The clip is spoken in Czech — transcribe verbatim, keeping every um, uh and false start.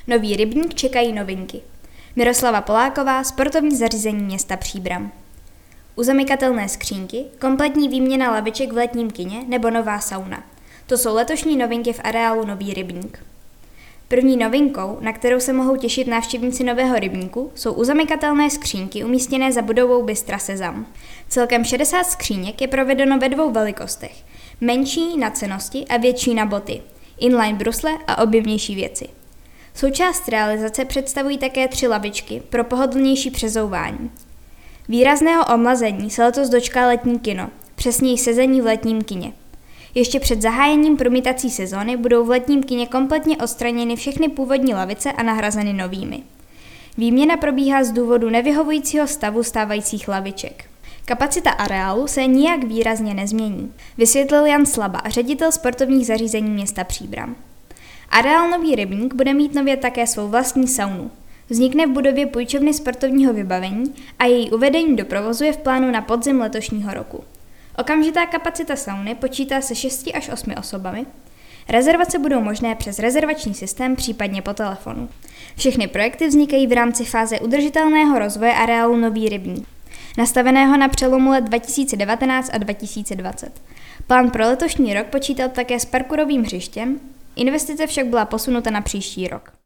Nový rybník čekají novinky. Miroslava Poláková, sportovní zařízení města Příbram. Uzamykatelné skřínky, kompletní výměna laviček v letním kině nebo nová sauna. To jsou letošní novinky v areálu Nový rybník. První novinkou, na kterou se mohou těšit návštěvníci Nového rybníku, jsou uzamykatelné skřínky umístěné za budovou Bystra Sezam. Celkem šedesát skříněk je provedeno ve dvou velikostech. Menší na cennosti a větší na boty, inline brusle a objevnější věci. Součást realizace představují také tři lavičky pro pohodlnější přezouvání. Výrazného omlazení se letos dočká letní kino, přesněji sezení v letním kině. Ještě před zahájením promítací sezóny budou v letním kině kompletně odstraněny všechny původní lavice a nahrazeny novými. Výměna probíhá z důvodu nevyhovujícího stavu stávajících laviček. Kapacita areálu se nijak výrazně nezmění, vysvětlil Jan Slaba, ředitel sportovních zařízení města Příbram. Areál Nový rybník bude mít nově také svou vlastní saunu. Vznikne v budově půjčovny sportovního vybavení a její uvedení do provozu je v plánu na podzim letošního roku. Okamžitá kapacita sauny počítá se šesti až osmi osobami. Rezervace budou možné přes rezervační systém, případně po telefonu. Všechny projekty vznikají v rámci fáze udržitelného rozvoje areálu Nový rybník, nastaveného na přelomu let dva tisíce devatenáct a dva tisíce dvacet. Plán pro letošní rok počítal také s parkourovým hřištěm, investice však byla posunuta na příští rok.